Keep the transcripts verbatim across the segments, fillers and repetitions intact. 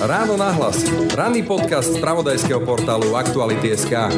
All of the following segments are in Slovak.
Ráno nahlas. Ranný podcast z spravodajského portálu Aktuality bodka es ká.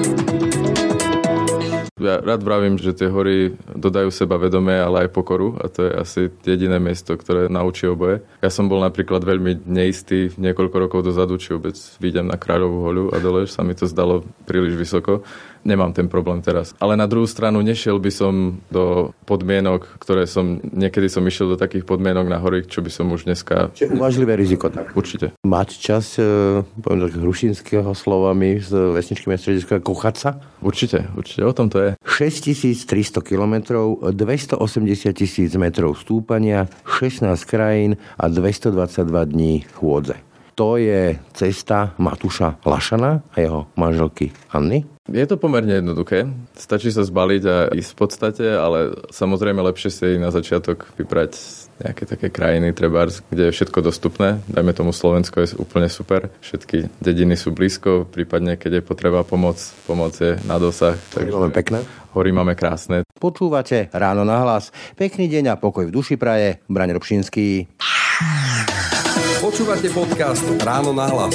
Ja rád vravím, že tie hory dodajú seba vedomie, ale aj pokoru a to je asi jediné miesto, ktoré naučí oboje. Ja som bol napríklad veľmi neistý niekoľko rokov dozadu, či vôbec výjdem na Kráľovú hoľu a dole, sa mi to zdalo príliš vysoko. Nemám ten problém teraz. Ale na druhú stranu nešiel by som do podmienok, ktoré som, niekedy som išiel do takých podmienok na hory, čo by som už dneska... Čiže uvážlivé riziko, tak? Určite. Mať čas, poviem tak hrušinského slovami, z vesničky Mestrediska kúchať sa? Určite, určite, o tom to je. šesťtisíctristo kilometrov, dvestoosemdesiat tisíc metrov stúpania, šestnásť krajín a dvestodvadsaťdva dní chôdze. To je cesta Matúša Lašana a jeho manželky Anny. Je to pomerne jednoduché. Stačí sa zbaliť a ísť v podstate, ale samozrejme lepšie si na začiatok vybrať nejaké také krajiny, trebárs, kde je všetko dostupné. Dajme tomu Slovensko je úplne super. Všetky dediny sú blízko, prípadne keď je potreba pomoc, pomoc je na dosah. Takže máme pekné. Hory máme krásne. Počúvate Ráno nahlas. Pekný deň a pokoj v duši praje. Braň Robšinský. Počúvate podcast Ráno nahlas.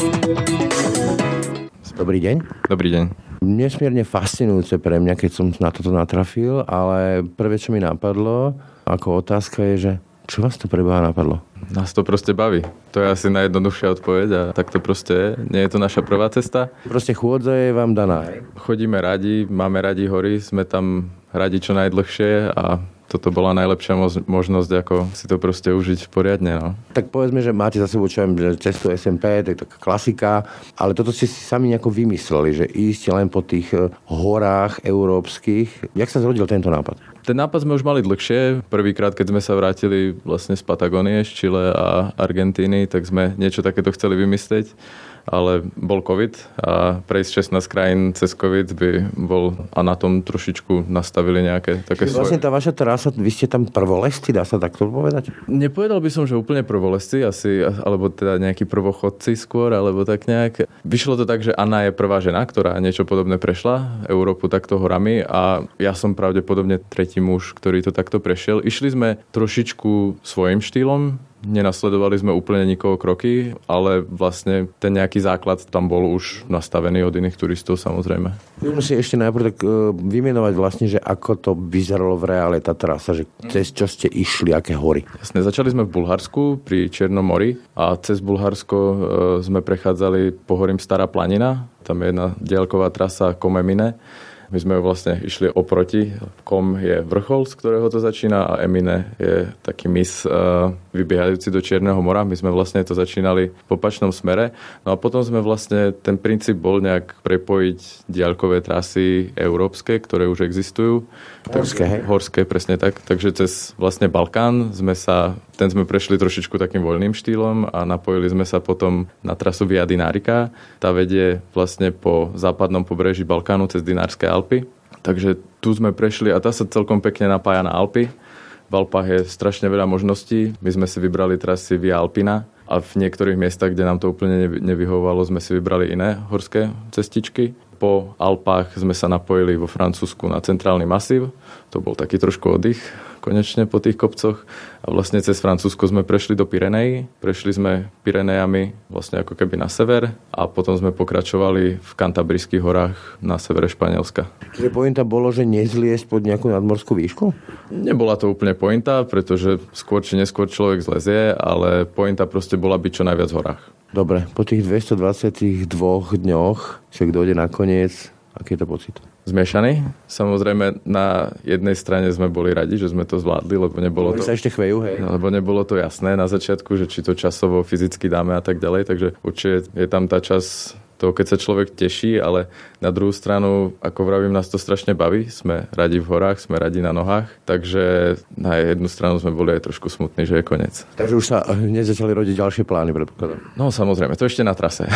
Dobrý deň. Dobrý deň. Nesmierne fascinujúce pre mňa, keď som na toto natrafil, ale prvé, čo mi napadlo, ako otázka je, že čo vás to preboha napadlo? Nás to proste baví. To je asi najjednoduchšia odpoveď a tak to proste je. Nie je to naša prvá cesta. Proste chôdza je vám daná, hej? Chodíme radi, máme radi hory, sme tam radi čo najdlhšie a toto bola najlepšia možnosť, ako si to proste užiť poriadne. No. Tak povedzme, že máte za sebou čo viem, cestu es em pé, to je taká klasika, ale toto ste si sami nejako vymysleli, že ísť len po tých horách európskych. Jak sa zrodil tento nápad? Ten nápad sme už mali dlhšie. Prvýkrát, keď sme sa vrátili vlastne z Patagónie, z Chile a Argentíny, tak sme niečo takéto chceli vymyslieť. Ale bol COVID a prejsť šestnásť krajín cez COVID by bol a na tom trošičku nastavili nejaké také svoje... Vlastne tá vaša trasa, vy ste tam prvolesti, dá sa takto povedať? Nepovedal by som, že úplne prvolesti, asi, alebo teda nejakí prvochodci skôr, alebo tak nejak. Vyšlo to tak, že Anna je prvá žena, ktorá niečo podobné prešla, Európu takto horami a ja som pravdepodobne tretí muž, ktorý to takto prešiel. Išli sme trošičku svojím štýlom, nenasledovali sme úplne nikoho kroky, ale vlastne ten nejaký základ tam bol už nastavený od iných turistov samozrejme. Môžeme si ešte najprv tak uh, vymenovať vlastne, že ako to vyzeralo v reále tá trasa, že cez čo ste išli, aké hory? Jasne, začali sme v Bulharsku pri Čiernom mori a cez Bulharsko uh, sme prechádzali pohorím Stará planina, tam je jedna diaľková trasa Kom-Emine. My sme vlastne išli oproti. Kom je vrchol, z ktorého to začína a Emine je taký mys uh, vybiehajúci do Čierneho mora. My sme vlastne to začínali v opačnom smere. No a potom sme vlastne, ten princíp bol nejak prepojiť diaľkové trasy európske, ktoré už existujú. Horské, hej? Horské, presne tak. Takže cez vlastne Balkán sme sa, ten sme prešli trošičku takým voľným štýlom a napojili sme sa potom na trasu Via Dinarica. Tá vedie vlastne po západnom pobreží Balkánu cez Dinárske Alpy. Takže tu sme prešli a tá sa celkom pekne napája na Alpy. V Alpách je strašne veľa možností. My sme si vybrali trasy Via Alpina a v niektorých miestach, kde nám to úplne nevyhovovalo, sme si vybrali iné horské cestičky. Po Alpách sme sa napojili vo Francúzsku na centrálny masív. To bol taký trošku oddych konečne po tých kopcoch. A vlastne cez Francúzsko sme prešli do Pyrenejí. Prešli sme Pyrenejami vlastne ako keby na sever a potom sme pokračovali v Kantabrických horách na severe Španielska. Čiže pointa bolo, že nezliesť pod nejakú nadmorskú výšku? Nebola to úplne pointa, pretože skôr či neskôr človek zlezie, ale pointa proste bola byť čo najviac v horách. Dobre, po tých dvestodvadsaťdva dňoch človek dojde nakoniec. Aký je to pocit? Zmiešaný. Samozrejme, na jednej strane sme boli radi, že sme to zvládli, lebo nebolo to... sa ešte chvejú, hej? Lebo nebolo to jasné na začiatku, že či to časovo, fyzicky dáme a tak ďalej, takže určite je tam tá čas toho, keď sa človek teší, ale na druhú stranu, ako vravím, nás to strašne baví. Sme radi v horách, sme radi na nohách, takže na jednu stranu sme boli aj trošku smutní, že je koniec. Takže už sa hneď začali rodiť ďalšie plány, predpokladám. No samozrejme, to ešte na trase.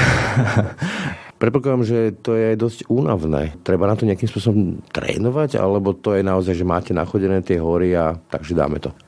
Predpokladám, že to je dosť únavné. Treba na to nejakým spôsobom trénovať, alebo to je naozaj, že máte nachodené tie hory a takže dáme to?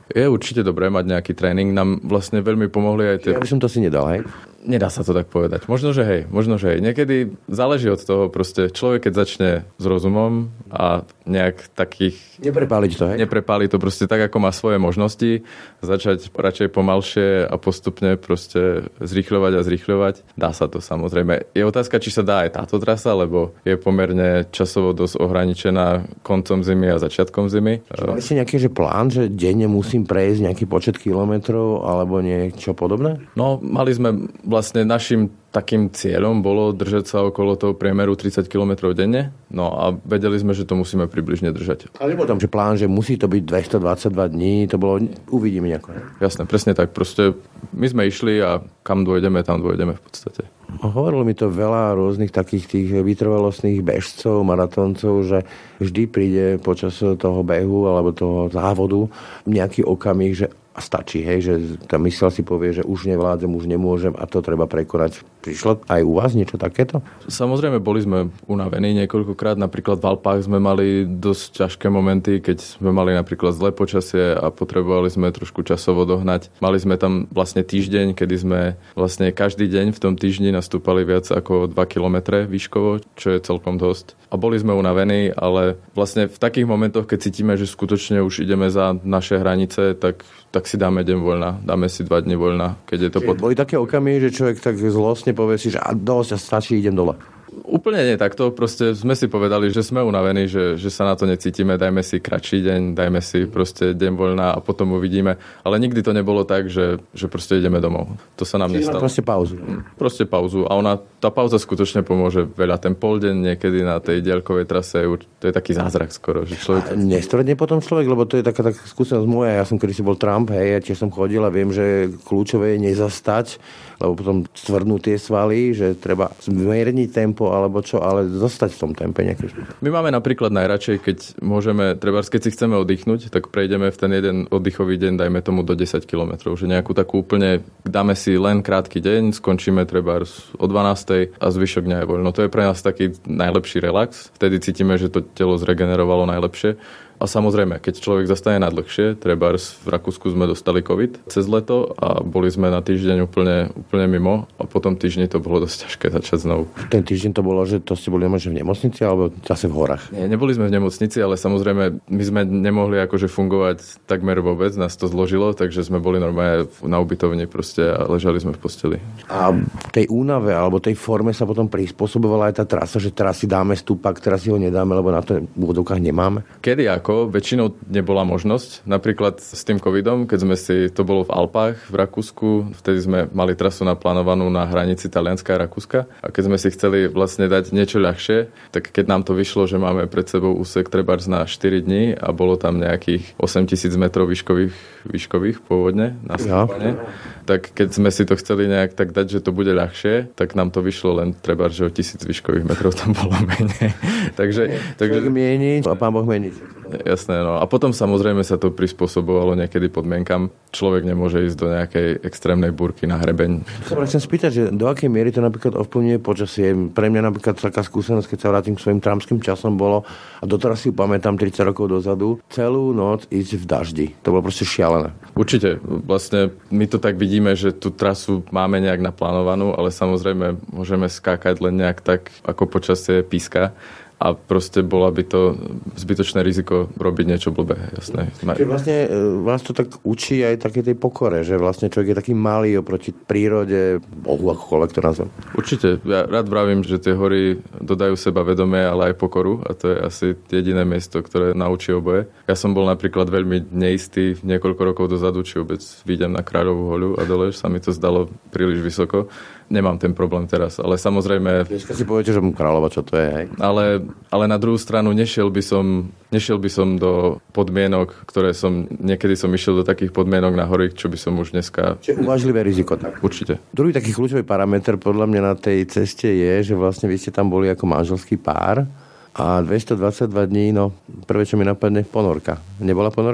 Je určite dobré mať nejaký tréning. Nám vlastne veľmi pomohli aj tie... Ja by som to si nedal, hej? Nedá sa to tak povedať. Možno, že hej, možno, že hej. Niekedy záleží od toho, proste človek, keď začne s rozumom a nejak takých... Neprepáliť to, hej? Neprepáli to proste tak, ako má svoje možnosti. Začať radšej pomalšie a postupne proste zrýchľovať a zrýchľovať. Dá sa to samozrejme. Je otázka, či sa dá aj táto trasa, lebo je pomerne časovo dosť ohraničená koncom zimy a začiatkom zimy. Mali ste nejaký že plán, že denne musím prejsť nejaký počet kilometrov alebo niečo podobné? No, mali sme vlastne našim takým cieľom bolo držať sa okolo toho priemeru tridsať kilometrov denne. No a vedeli sme, že to musíme približne držať. Ale nebol tam, že plán, že musí to byť dvestodvadsaťdva dní, to bolo, uvidíme nejako. Jasné, presne tak. Proste my sme išli a kam dôjdeme, tam dôjdeme v podstate. Hovorilo mi to veľa rôznych takých tých vytrvalostných bežcov, maratóncov, že vždy príde počas toho behu alebo toho závodu nejaký okamih, že a stačí, hej, že tá mysel si povie, že už nevládzem, už nemôžem a to treba prekonať. Prišlo aj u vás niečo takéto? Samozrejme, boli sme unavení niekoľkokrát. Napríklad v Alpách sme mali dosť ťažké momenty, keď sme mali napríklad zlé počasie a potrebovali sme trošku časovo dohnať. Mali sme tam vlastne týždeň, kedy sme vlastne každý deň v tom týždni nastúpali viac ako dva kilometre výškovo, čo je celkom dosť. A boli sme unavení, ale vlastne v takých momentoch, keď cítime, že skutočne už ideme za naše hranice, tak, tak si dáme deň voľna, dáme si dva dni voľna, keď je to Čiže pod... Boli také okamihy, že človek tak zlostne povie si, že a dosť a stačí, idem dole. Úplne nie takto, proste sme si povedali, že sme unavení, že, že sa na to necítime, dajme si kratší deň, dajme si proste deň voľna a potom uvidíme. Ale nikdy to nebolo tak, že, že proste ideme domov. To sa nám Čiže nestalo. Proste pauzu. Proste pauzu. A ona, tá pauza skutočne pomôže veľa. Ten pol deň niekedy na tej diaľkovej trase, to je taký zázrak skoro. Že človek... Nestredne potom človek, lebo to je taká, taká skúsenosť moja. Ja som kedysi bol Trump, hej, ja tiež som chodil a viem, že kľúčové je nezastať, lebo potom stvrdnú tie svaly, že treba zmierniť tempo alebo čo, ale zostať v tom tempe nejaké. My máme napríklad najradšej, keď môžeme, trebárs, keď si chceme oddychnúť, tak prejdeme v ten jeden oddychový deň, dajme tomu do desať kilometrov, že nejakú takú úplne, dáme si len krátky deň, skončíme trebárs o dvanástej a zvyšok dňa je voľno. To je pre nás taký najlepší relax. Vtedy cítime, že to telo zregenerovalo najlepšie. A samozrejme, keď človek zastane na dlhšie, trebárs v Rakúsku sme dostali COVID cez leto a boli sme na týždeň úplne, úplne mimo a po tom týždni to bolo dosť ťažké začať znovu. Ten týždeň to bolo, že to ste boli v nemocnici alebo zase v horách? Nie, neboli sme v nemocnici, ale samozrejme my sme nemohli akože fungovať takmer vôbec, nás to zložilo, takže sme boli normálne na ubytovni proste a ležali sme v posteli. A tej únave alebo tej forme sa potom prispôsobovala aj tá trasa, že teraz si dáme stúpak, teraz si ho nedáme, lebo na to v úvodovkách nemáme? Kedy ako? Väčšinou nebola možnosť. Napríklad s tým covidom, keď sme si, to bolo v Alpách v Rakúsku, vtedy sme mali trasu naplánovanú na hranici Talianska a Rakúska a keď sme si chceli vlastne dať niečo ľahšie, tak keď nám to vyšlo, že máme pred sebou úsek trebárs na štyri dni a bolo tam nejakých osemtisíc metrov výškových, výškových pôvodne na stúpanie, ja. Tak keď sme si to chceli nejak tak dať, že to bude ľahšie, tak nám to vyšlo len trebárs, že o tisíc výškových metrov tam bolo menej. takže, takže... Mieniť a pán Boh meniť. Jasné, no. A potom samozrejme sa to prispôsobovalo niekedy podmienkam. Človek nemôže ísť do nejakej extrémnej búrky na hrebeň. Sa chcem spýtať, že do akej miery to napríklad ovplyvňuje počasie. Pre mňa napríklad taká skúsenosť, keď sa vrátim k svojim tramským časom, bolo, a doteraz si pamätám tridsať rokov dozadu, celú noc ísť v daždi. To bolo proste šialené. Určite. Vlastne my to tak vidíme, že tú trasu máme nejak naplánovanú, ale samozrejme môžeme skákať len nejak tak, ako počasie píska. A proste bola by to zbytočné riziko robiť niečo blbé, jasné. Čiže vlastne vás to tak učí aj také tej pokore, že vlastne človek je taký malý oproti prírode, Bohu, akokoľvek to nazvem. Určite. Ja rád vravím, že tie hory dodajú seba vedomie, ale aj pokoru a to je asi jediné miesto, ktoré naučí oboje. Ja som bol napríklad veľmi neistý niekoľko rokov dozadu, či vôbec výjdem na Kráľovú hoľu a dole, sa mi to zdalo príliš vysoko. Nemám ten problém teraz, ale samozrejme... Dneska si poviete, že Kráľova, čo to je, hej? Ale, ale na druhú stranu nešiel by som, nešiel by som do podmienok, ktoré som... Niekedy som išiel do takých podmienok na hory, čo by som už dneska... Čiže uvážlivé riziko, tak? Určite. Druhý taký kľúčový parameter podľa mňa na tej ceste je, že vlastne vy ste tam boli ako manželský pár a dvestodvadsaťdva dní, no prvé, čo mi napadne, ponorka. Nebola ponorka?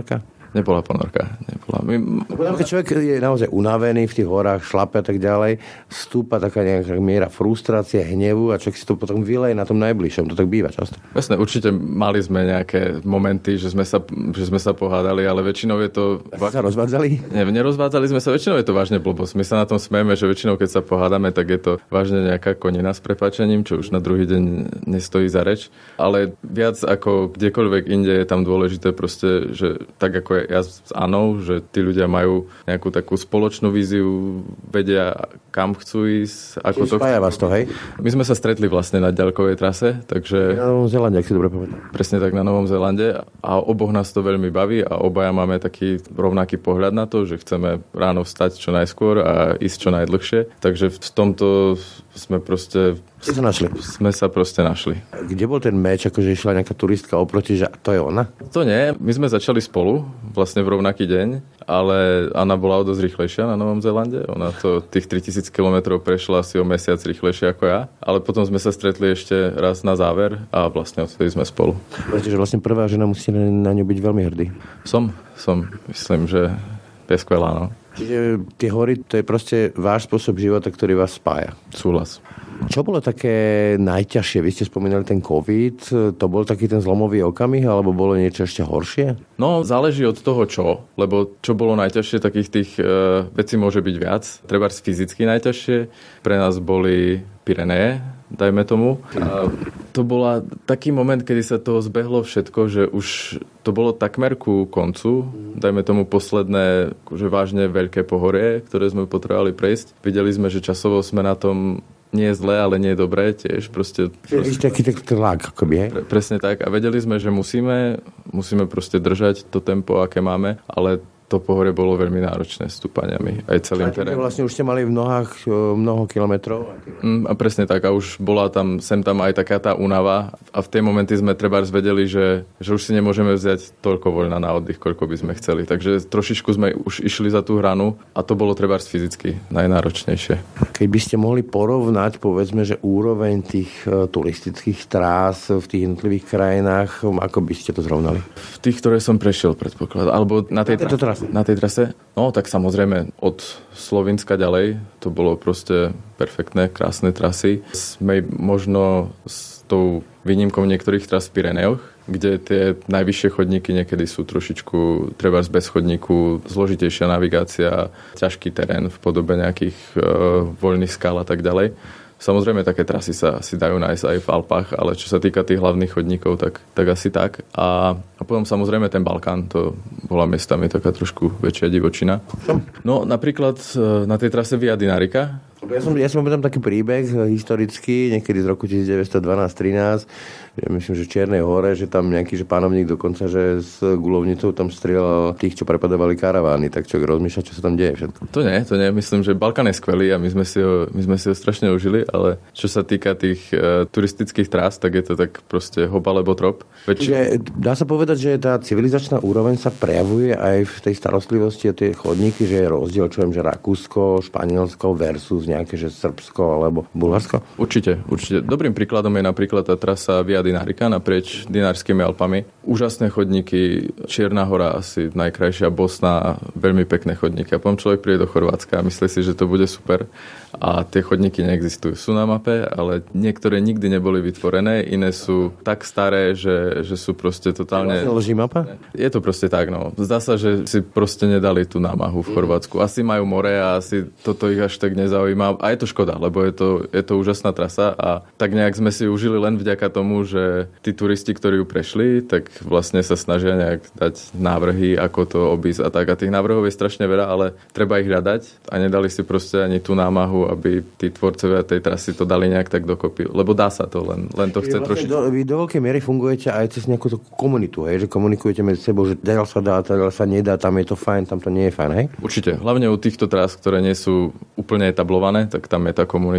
Nebola ponorka. Nebola. My... Keď človek je naozaj unavený v tých horách, šlape a tak ďalej, vstúpa taká nejaká miera frustrácie, hnevu a človek si to potom vyleje na tom najbližšom. To tak býva často. Jasné, určite mali sme nejaké momenty, že sme sa, že sme sa pohádali, ale väčšinou je to... A sa rozvádzali? Nie, nerozvádzali sme sa, väčšinou je to vážne blbosť. My sa na tom smejeme, že väčšinou, keď sa pohádame, tak je to vážne nejaká konina s prepáčením, čo už na druhý deň nestojí za reč. Ale viac ako kdekoľvek inde je tam dôležité proste, že tak ako je ja s Anou, že tí ľudia majú nejakú takú spoločnú víziu, vedia, kam chcú ísť, ako Čiže to spája vás to, hej? My sme sa stretli vlastne na ďalkovej trase, takže... Na Novom Zélande, ak si dobre povedal. Presne tak, na Novom Zélande a oboch nás to veľmi baví a obaja máme taký rovnaký pohľad na to, že chceme ráno vstať čo najskôr a ísť čo najdlhšie. Takže v tomto sme proste... Ste sa našli? Sme sa proste našli. Kde bol ten meč, akože išla nejaká turistka oproti, že to je ona? To nie, my sme začali spolu, vlastne v rovnaký deň, ale Anna bola o dosť rýchlejšia na Novom Zélande. Ona to tých tritisíc kilometrov prešla asi o mesiac rýchlejšie ako ja, ale potom sme sa stretli ešte raz na záver a vlastne odtedy sme spolu. Viete, že vlastne prvá žena musí na ňu byť veľmi hrdý. Som, som, myslím, že je skvelá, no. Čiže tie hory, to je proste váš spôsob života, ktorý vás spája. Súhlas. Čo bolo také najťažšie? Vy ste spomínali ten COVID, to bol taký ten zlomový okamih, alebo bolo niečo ešte horšie? No, záleží od toho čo, lebo čo bolo najťažšie, takých tých e, vecí môže byť viac. Trebárs fyzicky najťažšie, pre nás boli Pyreneje, dajme tomu. A to bola taký moment, kedy sa toho zbehlo všetko, že už to bolo takmer ku koncu, dajme tomu posledné, že vážne veľké pohorie, ktoré sme potrebovali prejsť. Videli sme, že časovo sme na tom nie je zlé, ale nie je dobré tiež. Proste, proste taký tlak, akoby, hej? Pre, presne tak. A vedeli sme, že musíme, musíme proste držať to tempo, aké máme, ale to pohorie bolo veľmi náročné stúpaniami. Aj celým terénom. Vlastne už ste mali v nohách mnoho kilometrov. Mm, a presne tak. A už bola tam, sem tam aj taká tá únava. A v tej momenty sme trebárs vedeli, že, že už si nemôžeme vziať toľko voľna na oddych, koľko by sme chceli. Takže trošičku sme už išli za tú hranu a to bolo trebárs fyzicky najnáročnejšie. Keby ste mohli porovnať, povedzme, že úroveň tých turistických trás v tých jednotlivých krajinách, ako by ste to zrovnali? V tých, ktoré som prešiel, predpoklad. Alebo na tej trase. Na tej trase? No, tak samozrejme od Slovinska ďalej. To bolo proste perfektné, krásne trasy. Sme možno s tou výnimkou niektorých tras v Pyrenejoch, kde tie najvyššie chodníky niekedy sú trošičku trebárs bez chodníku, zložitejšia navigácia, ťažký terén v podobe nejakých e, voľných skál a tak ďalej. Samozrejme, také trasy sa si dajú nájsť aj v Alpách, ale čo sa týka tých hlavných chodníkov, tak, tak asi tak. A, a potom samozrejme ten Balkán, to bola miestami taká trošku väčšia divočina. No napríklad na tej trase Via Dinarica. Ja som, ja som tam taký príbeh historický, niekedy z roku devätnásť dvanásť trinásť, myslím, že v Čiernej hore, že tam nejaký že pánovník dokonca, že s guľovnicou tam strieľal tých, čo prepadávali karavány, tak čo rozmýšľa, čo sa tam deje všetko. To nie, to nie, myslím, že Balkán je skvelý a my sme si ho, my sme si ho strašne užili, ale čo sa týka tých e, turistických trás, tak je to tak proste hop alebo trop. Väčšie... Že, dá sa povedať, že tá civilizačná úroveň sa prejavuje aj v tej starostlivosti a tie chodníky, že je rozdiel, čo viem, že Rakúsko, Španielsko versus nejaké, že Srbsko alebo Bulharsko? Určite, určite. Dobrým príkladom je napríklad tá trasa Via Dinarica naprieč Dinarskými Alpami. Úžasné chodníky, Čierna hora asi najkrajšia, Bosna, veľmi pekné chodníky. A potom človek príde do Chorvátska a myslí si, že to bude super. A tie chodníky neexistujú. Sú na mape, ale niektoré nikdy neboli vytvorené, iné sú tak staré, že, že sú proste totálne... Leží mapa? Je to proste tak, no. Zdá sa, že si proste nedali tú námahu v Chorvátsku. Asi majú more a asi toto ich až tak nezaujíma. A je to škoda, lebo je to, je to úžasná trasa a tak nejak sme si užili len vďaka tomu, že tí turisti, ktorí ju prešli, tak vlastne sa snažia nejak dať návrhy, ako to obísť a tak. A tých návrhov je strašne veľa, ale treba ich hľadať a nedali si proste ani tú námahu, aby tí tvorcovia tej trasy to dali nejak tak dokopy. Lebo dá sa to, len, len to chce trošičku. Do, vy do veľkej miery fungujete aj cez nejakú komunitu, hej? Že komunikujete medzi sebou, že ďal sa dá, ďal sa nedá, tam je to fajn, tam to nie je fajn, hej? Určite. Hlavne u týchto trás, ktoré nie sú úplne etablované, tak tam je tá komunita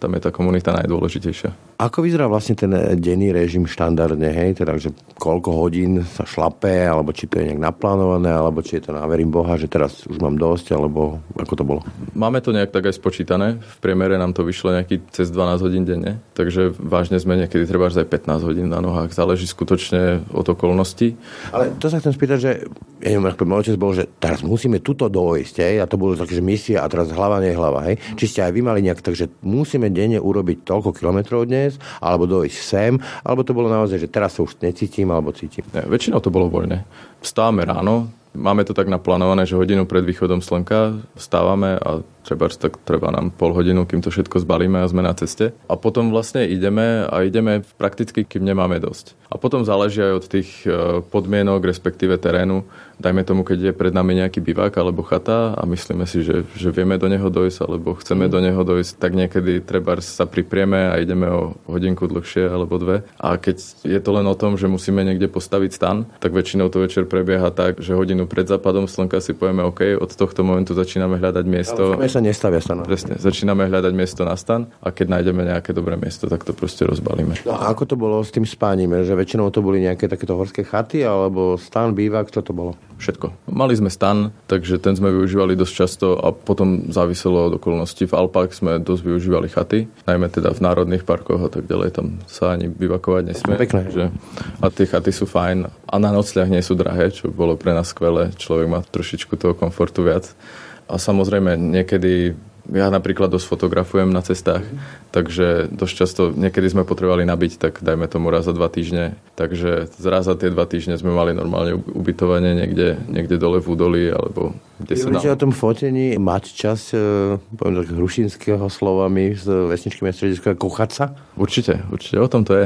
tam je tá komunita najdôležitejšia. Ako vyzerá vlastne ten denný režim štandardne, hej? Teda, že koľko hodín sa šlape, alebo či to je nejak naplánované, alebo či je to na verím Boha, že teraz už mám dosť, alebo ako to bolo? Máme to nejak tak aj spočítané. V priemere nám to vyšlo nejaký cez dvanásť hodín denne, takže vážne sme niekedy treba aj pätnásť hodín na nohách. Záleží skutočne od okolností. Ale to sa chcem spýtať, že ja neviem, ako môj otec bol, že teraz musíme tuto dojsť, hej? A to bolo také, že misia a teraz hlava nie hlava, hej? Či ste aj vy mali nejak, takže musíme denne urobiť toľko kilometrov dnes, alebo dojsť sem, alebo to bolo naozaj, že teraz sa už necítim, alebo cítim. Ne, väčšinou to bolo voľné. Vstávame ráno, máme to tak naplánované, že hodinu pred východom slnka vstávame a treba, tak treba nám pol hodinu, kým to všetko zbalíme a sme na ceste. A potom vlastne ideme a ideme prakticky, kým nemáme dosť. A potom záleží aj od tých podmienok, respektíve terénu. Dajme tomu, keď je pred nami nejaký bivák alebo chata a myslíme si, že, že vieme do neho dojsť alebo chceme do neho dojsť, tak niekedy treba sa priprieme a ideme o hodinku dlhšie alebo dve. A keď je to len o tom, že musíme niekde postaviť stan, tak väčšinou to večer prebieha tak, že hodinu pred západom slnka si povieme OK, od tohto momentu začíname hľadať miesto. Ale sa nestavia stan. Presne, začíname hľadať miesto na stan a keď nájdeme nejaké dobré miesto, tak to proste rozbalíme. No a ako to bolo s tým spáním? Že väčšinou to boli nejaké takéto horské chaty alebo stan, bývak, čo to bolo? Všetko. Mali sme stan, takže ten sme využívali dosť často a potom záviselo od okolností. V Alpách sme dosť využívali chaty, najmä teda v národných parkoch a tak ďalej. Tam sa ani bivakovať nesmie. Pekné. Že, a tie chaty sú fajn a na nocľah nie sú drahé, čo bolo pre nás skvelé. Človek má trošičku toho komfortu viac. A samozrejme niekedy ja napríklad dosť fotografujem na cestách, mm. takže dosť často, niekedy sme potrebovali nabiť, tak dajme tomu raz za dva týždne. Takže raz za tie dva týždne sme mali normálne ubytovanie niekde, niekde dole v údolí, alebo kde sa dá. O tom fotení mať čas, poviem tak hrušinského slovami z vesničky Strediska, kochať sa? Určite, určite, o tom to je.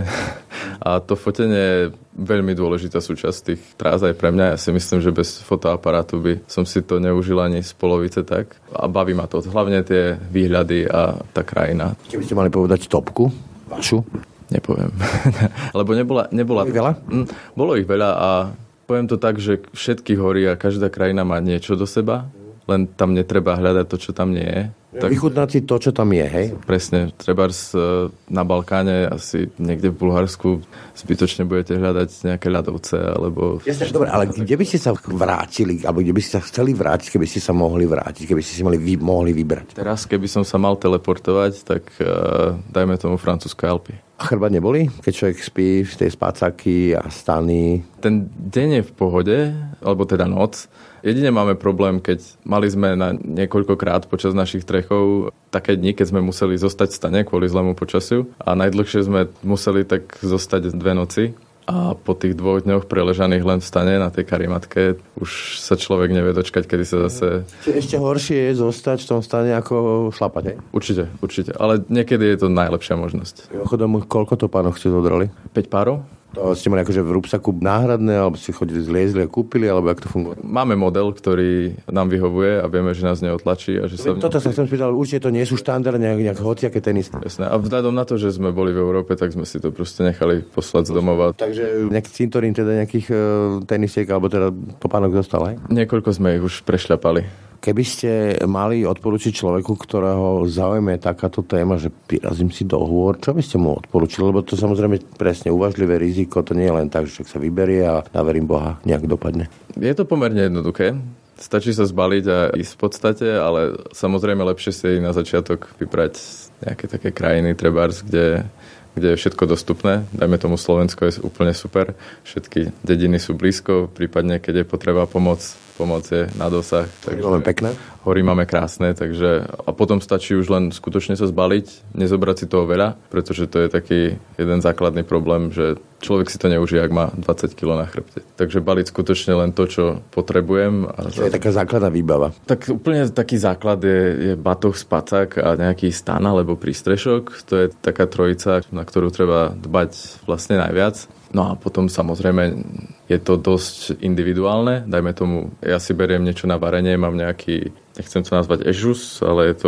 A to fotenie je veľmi dôležitá súčasť tých trás aj pre mňa. Ja si myslím, že bez fotoaparátu by som si to neužil ani z polovice tak. A baví ma to. Hlavne tie výhľady a tá krajina. Keby ste mali povedať topku vašu? Nepoviem. Lebo nebola... nebola Bolo ich veľa? Mm, bolo ich veľa a poviem to tak, že všetky hory a každá krajina má niečo do seba, len tam netreba hľadať to, čo tam nie je. Tak, vychutnať si to, čo tam je, hej? Presne. Trebárs na Balkáne, asi niekde v Bulharsku zbytočne budete hľadať nejaké ľadovce, alebo... Jasne, dobre, ale kde by ste sa vrátili, alebo kde by ste sa chceli vrátiť, keby ste sa mohli vrátiť, keby ste si mali, vy, mohli vybrať? Teraz, keby som sa mal teleportovať, tak uh, dajme tomu francúzske Alpy. A chrbát neboli? Keď človek spí v tej spácaky a stany? Ten deň je v pohode, alebo teda noc. Jedine máme problém, keď mali sme na niekoľkokrát počas našich trechov také dni, keď sme museli zostať v stane kvôli zlému počasiu a najdlhšie sme museli tak zostať dve noci a po tých dvoch dňoch preležaných len v stane na tej karimatke už sa človek nevie dočkať, kedy sa zase... Ešte horšie je zostať v tom stane ako šlapať, hej? Určite, určite, ale niekedy je to najlepšia možnosť. Chodom, koľko to pánov ste zodrali? päť párov? To ste mali akože v rúbsaku náhradné, alebo ste chodili, zliezli a kúpili, alebo jak to funguje? Máme model, ktorý nám vyhovuje a vieme, že nás neotlačí. A že sa... Toto sa chcem spýtať, ale určite to nie sú štandardne nejak, nejak hociaké tenisky. Jasné. A vzhľadom na to, že sme boli v Európe, tak sme si to proste nechali poslať z domova. Takže nejaký cintorín teda nejakých uh, tenisiek, alebo teda to pánok dostal, hej? Niekoľko sme ich už prešľapali. Keby ste mali odporučiť človeku, ktorého zaujme takáto téma, že vyrazím si do hôr, čo by ste mu odporučili? Lebo to samozrejme presne uvažlivé riziko, to nie je len tak, že sa vyberie a na verím Boha nejak dopadne. Je to pomerne jednoduché. Stačí sa zbaliť a ísť v podstate, ale samozrejme lepšie si na začiatok vybrať nejaké také krajiny, trebárs, kde kde je všetko dostupné. Dajme tomu, Slovensko je úplne super. Všetky dediny sú blízko, prípadne keď je potreba pomoc, pomoc je na dosah. Takže máme pekné. Hory máme krásne, takže a potom stačí už len skutočne sa zbaliť, nezobrať si toho veľa, pretože to je taký jeden základný problém, že človek si to neužije, ak má dvadsať kilogramov na chrbte. Takže baliť skutočne len to, čo potrebujem. A čo je taká základná výbava? Tak úplne taký základ je, je batoh, spacák a nejaký stan alebo prístrešok. To je taká trojica, na ktorú treba dbať vlastne najviac. No a potom samozrejme je to dosť individuálne. Dajme tomu, ja si beriem niečo na varenie, mám nejaký, nechcem to nazvať ežus, ale je to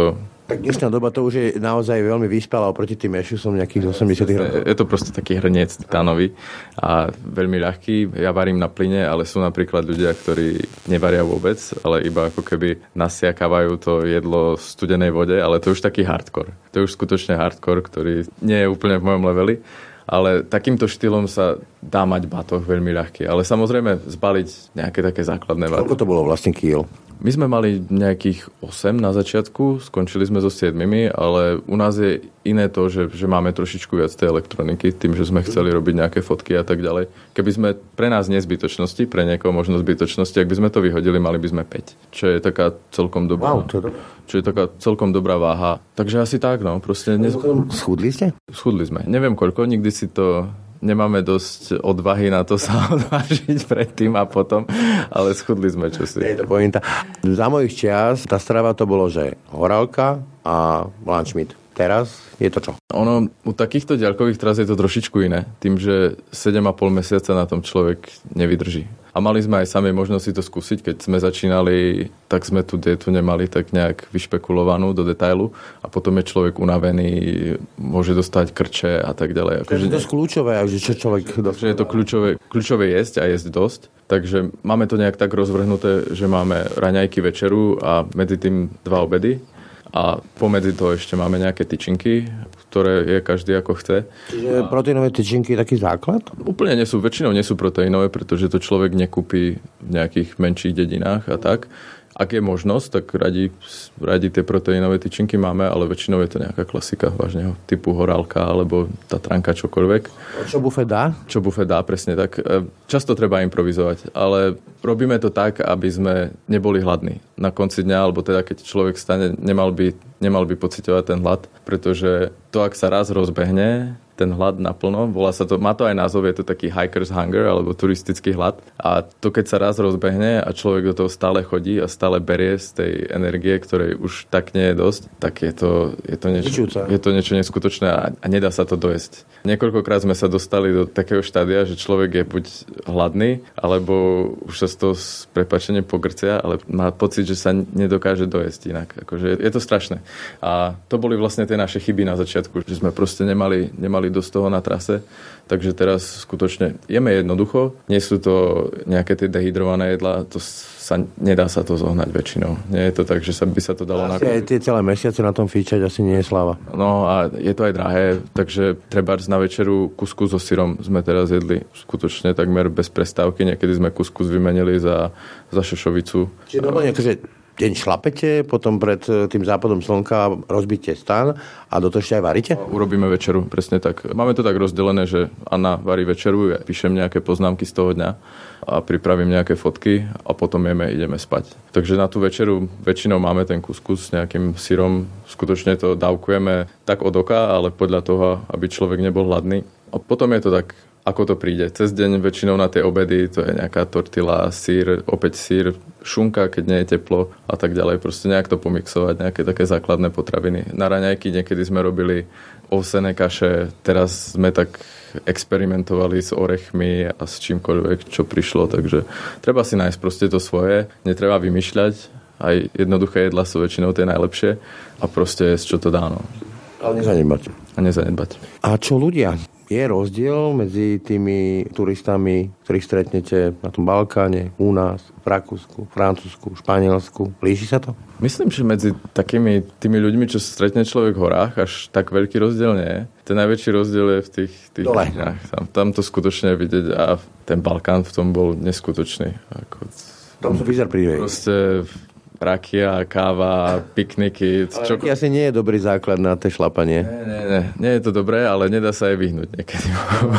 Tak dnešná doba to už je naozaj veľmi vyspelá oproti tým ešusom nejakých osemdesiatych rokov. Je to proste taký hrniec titánový a veľmi ľahký. Ja varím na plyne, ale sú napríklad ľudia, ktorí nevaria vôbec, ale iba ako keby nasiakávajú to jedlo v studenej vode, ale to je už taký hardcore. To je už skutočne hardcore, ktorý nie je úplne v mojom leveli. Ale takýmto štýlom sa dá mať batoh veľmi ľahký. Ale samozrejme zbaliť nejaké také základné vary. Koľko to bolo vlastne kíl? My sme mali nejakých osem na začiatku, skončili sme so siedmimi, ale u nás je iné to, že, že máme trošičku viac tej elektroniky, tým, že sme chceli robiť nejaké fotky a tak ďalej. Keby sme pre nás nezbytočnosti, pre niekoho možno zbytočnosti, ak by sme to vyhodili, mali by sme päť. Čo je taká celkom dobrá. Wow, to je dobré. Čo je taká celkom dobrá váha. Takže asi tak, no. Proste nez... Schudli ste? Schudli sme. Neviem koľko, nikdy si to... Nemáme dosť odvahy na to sa odvážiť predtým a potom, ale schudli sme čosi. Je to pointa. Za mojich čias tá strava to bolo, že horálka a lunchmeat. Teraz je to čo? Ono, u takýchto ďalkových tras je to trošičku iné. Tým, že sedem a pol mesiaca na tom človek nevydrží. A mali sme aj sami možnosť si to skúsiť. Keď sme začínali, tak sme tú dietu nemali tak nejak vyšpekulovanú do detailu a potom je človek unavený, môže dostať krče a tak ďalej. Takže to je kľúčové, že čo človek... Že je to kľúčové, kľúčové jesť a jesť dosť. Takže máme to nejak tak rozvrhnuté, že máme raňajky, večeru a medzi tým dva obedy. A pomedzi to ešte máme nejaké tyčinky, ktoré je každý ako chce. Čiže proteínové tyčinky je taký základ? Úplne nie sú, väčšinou nie sú proteínové, pretože to človek nekúpi v nejakých menších dedinách a tak. Ak je možnosť, tak radi, radi tie proteínové tyčinky máme, ale väčšinou je to nejaká klasika vážneho typu horálka alebo tatranka, čokoľvek. Čo bufet dá? Čo bufet dá, presne tak. Často treba improvizovať, ale robíme to tak, aby sme neboli hladní. Na konci dňa, alebo teda keď človek stane, nemal by, nemal by pociťovať ten hlad, pretože to, ak sa raz rozbehne, ten hlad naplno. Volá sa to, má to aj názov, je to taký hiker's hunger, alebo turistický hlad. A to, keď sa raz rozbehne a človek do toho stále chodí a stále berie z tej energie, ktorej už tak nie je dosť, tak je to, je to, niečo, je to niečo neskutočné a, a nedá sa to dojesť. Niekoľkokrát sme sa dostali do takého štádia, že človek je buď hladný, alebo už sa z toho s prepáčením pogrcia, ale má pocit, že sa nedokáže dojesť inak. Akože je to strašné. A to boli vlastne tie naše chyby na začiatku, že sme proste nemali, nemali dosť toho na trase, takže teraz skutočne jeme jednoducho, nie sú to nejaké tie dehydrované jedlá, to sa, nedá sa to zohnať väčšinou. Nie je to tak, že sa by sa to dalo asi nakúpiť. Aj tie celé mesiace na tom fíčať asi nie je sláva. No a je to aj drahé, takže trebárs na večeru kuskus so syrom sme teraz jedli skutočne takmer bez prestávky, niekedy sme kuskus vymenili za, za šošovicu. Čiže normálne akože deň šlapete, potom pred tým západom slnka rozbíte stan a do toho ešte aj varíte? Urobíme večeru, presne tak. Máme to tak rozdelené, že Anna varí večeru, ja píšem nejaké poznámky z toho dňa a pripravím nejaké fotky a potom jeme, ideme spať. Takže na tú večeru väčšinou máme ten kuskus s nejakým syrom. Skutočne to dávkujeme tak od oka, ale podľa toho, aby človek nebol hladný. A potom je to tak, ako to príde. Cez deň väčšinou na tie obedy to je nejaká tortila, sír, opäť sír, šunka, keď nie je teplo a tak ďalej. Proste nejak to pomixovať, nejaké také základné potraviny. Na raňajky niekedy sme robili ovsené kaše, teraz sme tak experimentovali s orechmi a s čímkoľvek, čo prišlo, takže treba si nájsť proste to svoje, netreba vymýšľať, aj jednoduché jedlá sú väčšinou tie najlepšie a proste jesť, čo to dá. No. Ale nezanedbať. A nezanedbať. A čo ľudia? Je rozdiel medzi tými turistami, ktorých stretnete na tom Balkáne, u nás, v Rakúsku, Francúzsku, Španielsku? Líši sa to? Myslím, že medzi takými tými ľuďmi, čo stretne človek v horách, až tak veľký rozdiel nie je. Ten najväčší rozdiel je v tých, tých hodinách. Tam, tam to skutočne je vidieť a ten Balkán v tom bol neskutočný. Ako... Tam sú bizar príbehy. Proste... rakia, káva, pikniky. Ale čo... asi nie je dobrý základ na tie šlapanie. Nie, nie, nie. Nie je to dobré, ale nedá sa aj vyhnúť niekedy.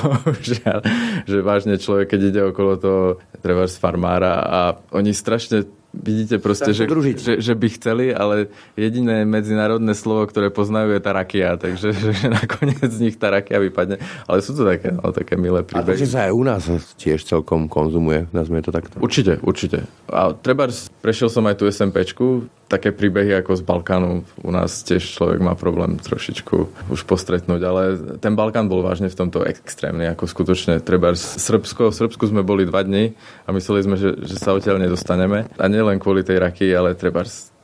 Že vážne človek, keď ide okolo toho trebárs farmára a oni strašne vidíte proste, že, že, že by chceli, ale jediné medzinárodné slovo, ktoré poznajú, je tá rakia, takže že nakoniec z nich tá rakia vypadne. Ale sú to také, no, také milé príbehy. A takže sa aj u nás tiež celkom konzumuje, nazvime to takto. Určite, určite. A trebárs prešiel som aj tú SMPčku, také príbehy ako z Balkánu u nás tiež človek má problém trošičku už postretnúť, ale ten Balkán bol vážne v tomto extrémny, ako skutočne trebárs Srbsko. V Srbsku sme boli dva dni a mysleli sme, že, že sa odtiaľ nedostaneme. A nie len kvôli tej raky, ale trebárs keď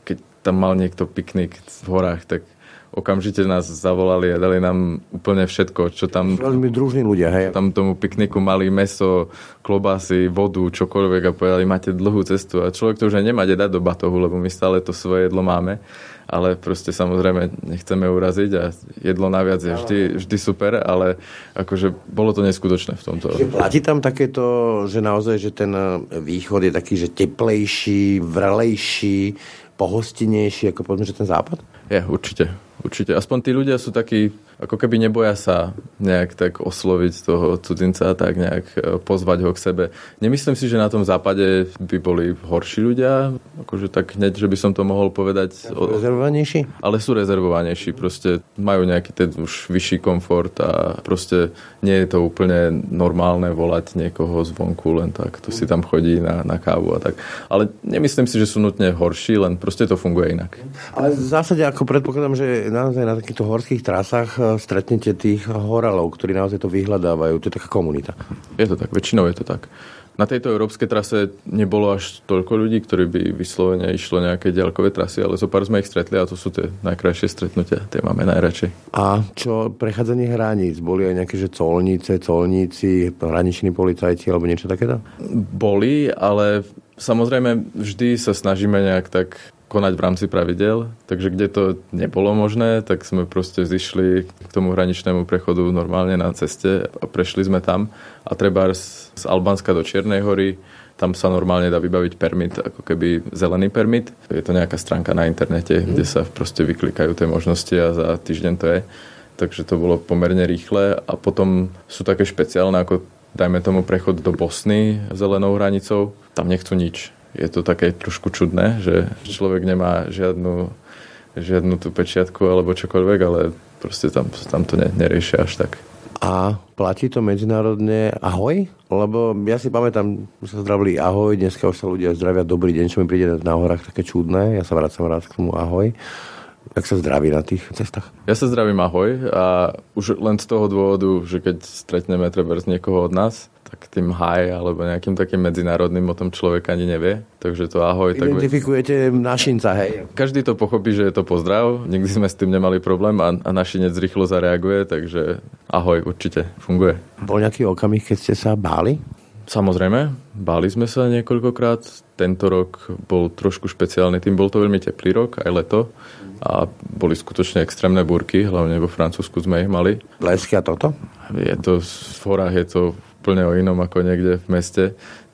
tam mal niekto piknik v horách, tak okamžite nás zavolali a dali nám úplne všetko, čo tam... Veľmi družní ľudia, hej. Tam tomu pikniku mali mäso, klobásy, vodu, čokoľvek a povedali, máte dlhú cestu a človek to už aj nemá kde dať do batohu, lebo my stále to svoje jedlo máme, ale proste samozrejme nechceme uraziť a jedlo naviac je vždy, vždy super, ale akože bolo to neskutočné v tomto. Platí tam takéto, že naozaj, že ten východ je taký, že teplejší, vrelejší, pohostinejší, ako povedzme, že ten západ? Je, určite. Určite. Aspoň tí ľudia sú takí, ako keby neboja sa nejak tak osloviť toho cudzinca, tak nejak pozvať ho k sebe. Nemyslím si, že na tom západe by boli horší ľudia, akože tak hneď, že by som to mohol povedať. Sú rezervovanejší? Ale sú rezervovanejší, proste majú nejaký ten už vyšší komfort a proste nie je to úplne normálne volať niekoho zvonku, len tak, to si tam chodí na, na kávu a tak. Ale nemyslím si, že sú nutne horší, len proste to funguje inak. Ale v zásade, ako predpokladám, že naozaj na takýchto horských trasách stretnete tých horálov, ktorí naozaj to vyhľadávajú. To je taká komunita. Je to tak, väčšinou je to tak. Na tejto európskej trase nebolo až toľko ľudí, ktorí by vyslovene išlo nejaké ďalkové trasy, ale zo pár sme ich stretli a to sú tie najkrajšie stretnutia. Tie máme najradšej. A čo prechádzanie hraníc? Boli aj nejaké, že colnice, colníci, hraniční policajti alebo niečo takéto? Boli, ale samozrejme vždy sa snažíme nejak tak konať v rámci pravidel, takže kde to nebolo možné, tak sme proste zišli k tomu hraničnému prechodu normálne na ceste a prešli sme tam a treba z, z Albánska do Čiernej Hory, tam sa normálne dá vybaviť permit, ako keby zelený permit. Je to nejaká stránka na internete, mm. kde sa proste vyklikajú tie možnosti a za týždeň to je. Takže to bolo pomerne rýchle a potom sú také špeciálne, ako dajme tomu prechod do Bosny zelenou hranicou, tam nechcú nič. Je to také trošku čudné, že človek nemá žiadnu, žiadnu tú pečiatku alebo čokoľvek, ale proste tam, tam to ne, neriešia až tak. A platí to medzinárodne ahoj? Lebo ja si pamätám, že sa zdravili ahoj, dneska už sa ľudia zdravia dobrý deň, čo mi príde na horách také čudné, ja sa vracam rád k tomu ahoj. Jak sa zdraví na tých cestách? Ja sa zdravím ahoj a už len z toho dôvodu, že keď stretneme trebárs niekoho od nás, tak tým hi alebo nejakým takým medzinárodným o tom človek ani nevie. Takže to ahoj. Identifikujete tak... našinca, hej? Každý to pochopí, že je to pozdrav. Nikdy sme s tým nemali problém a, a našinec rýchlo zareaguje, takže ahoj, určite funguje. Bol nejaký okamih, keď ste sa báli? Samozrejme, báli sme sa niekoľkokrát. Tento rok bol trošku špeciálny, tým bol to veľmi teplý rok, aj leto. A boli skutočne extrémne búrky, hlavne vo Francúzsku sme ich mali. Blesky a toto? Je to, v horách je to úplne o inom ako niekde v meste,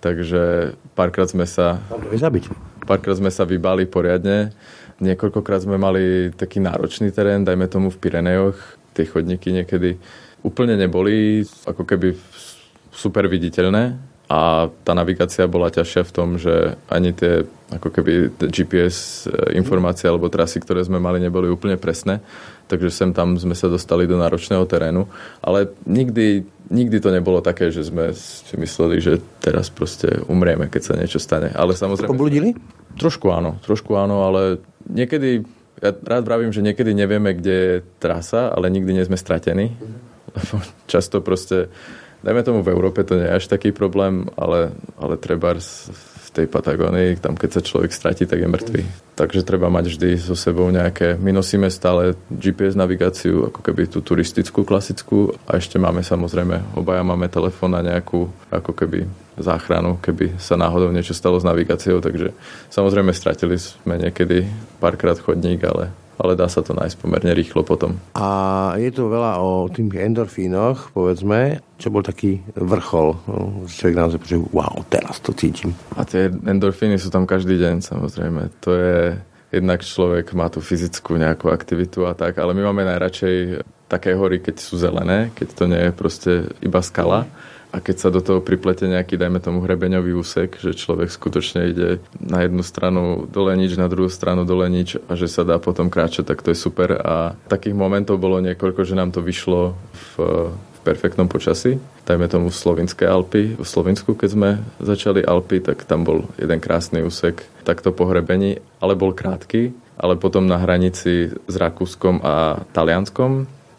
takže párkrát sme sa... Párkrát sme sa vybáli poriadne. Niekoľkokrát sme mali taký náročný terén, dajme tomu v Pyrenejoch. Tie chodníky niekedy úplne neboli ako keby super viditeľné a tá navigácia bola ťažšia v tom, že ani tie ako keby G P S informácie alebo trasy, ktoré sme mali, neboli úplne presné. Takže sem tam sme sa dostali do náročného terénu. Ale nikdy, nikdy to nebolo také, že sme si mysleli, že teraz proste umrieme, keď sa niečo stane. Ale samozrejme... Pobludili? Trošku áno, trošku áno, ale niekedy, ja rád vravím, že niekedy nevieme, kde je trasa, ale nikdy nie sme stratení. Lebo často proste, dajme tomu v Európe to nie je až taký problém, ale, ale trebárs v tej Patagónii, tam keď sa človek stratí, tak je mŕtvý. Takže treba mať vždy so sebou nejaké, my nosíme stále G P S navigáciu, ako keby tú turistickú, klasickú a ešte máme samozrejme, obaja máme telefón na nejakú, ako keby záchranu, keby sa náhodou niečo stalo s navigáciou, takže samozrejme stratili sme niekedy párkrát chodník, ale ale dá sa to nájsť pomerne rýchlo potom. A je to veľa o tých endorfínoch, povedzme, čo bol taký vrchol. Človek naozaj že wow, teraz to cítim. A tie endorfíny sú tam každý deň, samozrejme. To je, jednak človek má tú fyzickú nejakú aktivitu a tak, ale my máme najradšej také hory, keď sú zelené, keď to nie je proste iba skala. A keď sa do toho priplete nejaký, dajme tomu, hrebeňový úsek, že človek skutočne ide na jednu stranu dole nič, na druhú stranu dole nič a že sa dá potom kráčať, tak to je super. A takých momentov bolo niekoľko, že nám to vyšlo v, v perfektnom počasí. Dajme tomu Slovinské Alpy. V Slovensku, keď sme začali Alpy, tak tam bol jeden krásny úsek takto po hrebení, ale bol krátky. Ale potom na hranici s Rakúskom a Talianskom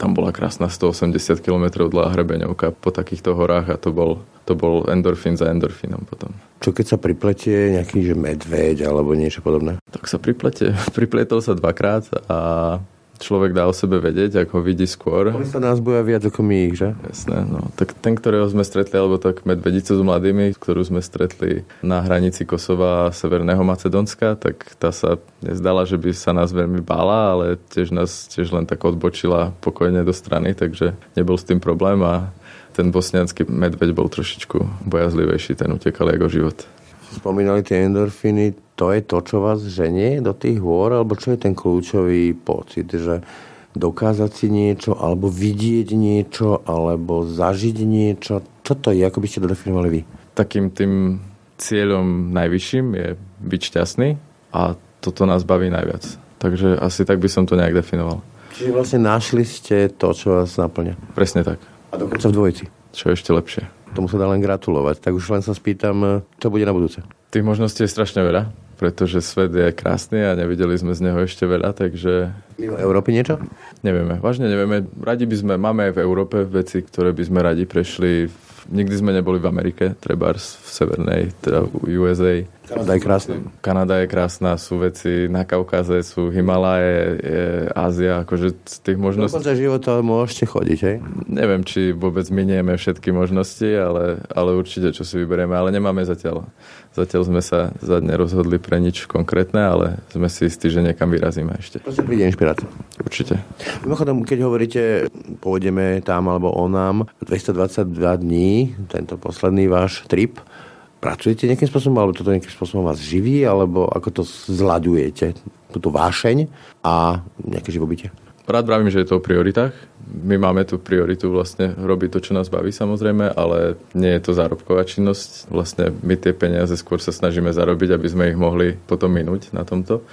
tam bola krásna stoosemdesiat kilometrov dlhá hrebeňovka po takýchto horách a to bol, to bol endorfín za endorfínom potom. Čo keď sa pripletie nejaký že medveď alebo niečo podobné? Tak sa pripletie. Pripletol sa dvakrát a človek dá o sebe vedieť, ak ho vidí skôr. Oni sa nás boja viac ako my ich, že? Jasné, no. Tak ten, ktorého sme stretli, alebo tak medvedicu s mladými, ktorú sme stretli na hranici Kosova a Severného Macedónska, tak tá sa nezdala, že by sa nás veľmi bála, ale tiež nás tiež len tak odbočila pokojne do strany, takže nebol s tým problém a ten bosniansky medveď bol trošičku bojazlivejší, ten utekal ako život. Spomínali tie endorfíny, to je to, čo vás ženie do tých hôr, alebo čo je ten kľúčový pocit, že dokázať si niečo, alebo vidieť niečo, alebo zažiť niečo? Čo to je, ako by ste to definovali vy? Takým tým cieľom najvyšším je byť šťastný a toto nás baví najviac. Takže asi tak by som to nejak definoval. Čiže vlastne našli ste to, čo vás naplňa. Presne tak. A dokonca v dvojici. Čo je ešte lepšie. Tomu sa dá len gratulovať. Tak už len sa spýtam, čo bude na budúce. Tých možností je strašne veľa, pretože svet je krásny a nevideli sme z neho ešte veľa, takže... Mimo Európy niečo? Nevieme, vážne nevieme. Radi by sme, máme aj v Európe veci, ktoré by sme radi prešli. Nikdy sme neboli v Amerike, trebárs v severnej, teda U S A. Kanada je krásna. Kanada je krásna, sú veci na Kaukaze, sú Himaláje, je Ázia, akože z tých možností... Do konca života môžete chodiť, hej? Neviem, či vôbec minieme všetky možnosti, ale, ale určite, čo si vyberieme, ale nemáme zatiaľ. Zatiaľ sme sa zadne rozhodli pre nič konkrétne, ale sme si istí, že niekam vyrazíme ešte. Proste príde inšpirácia. Určite. Mimochodom, keď hovoríte, pôjdeme tam alebo onám, dvestodvadsaťdva dní, tento posledný váš trip, pracujete nejakým spôsobom, alebo toto nejakým spôsobom vás živí, alebo ako to zľaďujete, túto vášeň a nejaké živobytie? Rád vravím, že je to o prioritách. My máme tú prioritu vlastne robiť to, čo nás baví samozrejme, ale nie je to zárobková činnosť. Vlastne my tie peniaze skôr sa snažíme zarobiť, aby sme ich mohli potom minúť na tomto.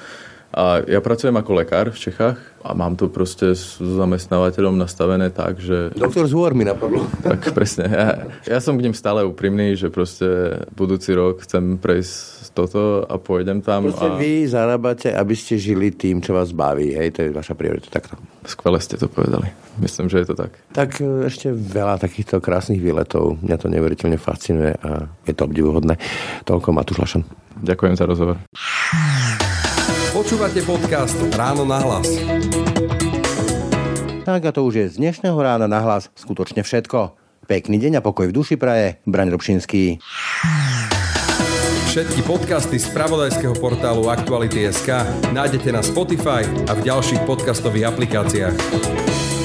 A ja pracujem ako lekár v Čechách a mám to proste s zamestnávateľom nastavené tak, že... Doktor z hôr mi napadlo. Tak presne. Ja, ja som k ním stále úprimný, že proste budúci rok chcem prejsť toto a pôjdem tam. Proste a... vy zarábate, aby ste žili tým, čo vás baví. Hej, to je vaša priorita. Takto. Skvele ste to povedali. Myslím, že je to tak. Tak ešte veľa takýchto krásnych výletov. Mňa to neuveriteľne fascinuje a je to obdivuhodné. Toľko Matúš Lašan. Ďakujem za rozhovor. Počúvate podcast Ráno na hlas. Tak a to už je z dnešného Rána na hlas skutočne všetko. Pekný deň a pokoj v duši praje. Braň Robšinský. Všetky podcasty z spravodajského portálu Aktuality bodka es ká nájdete na Spotify a v ďalších podcastových aplikáciách.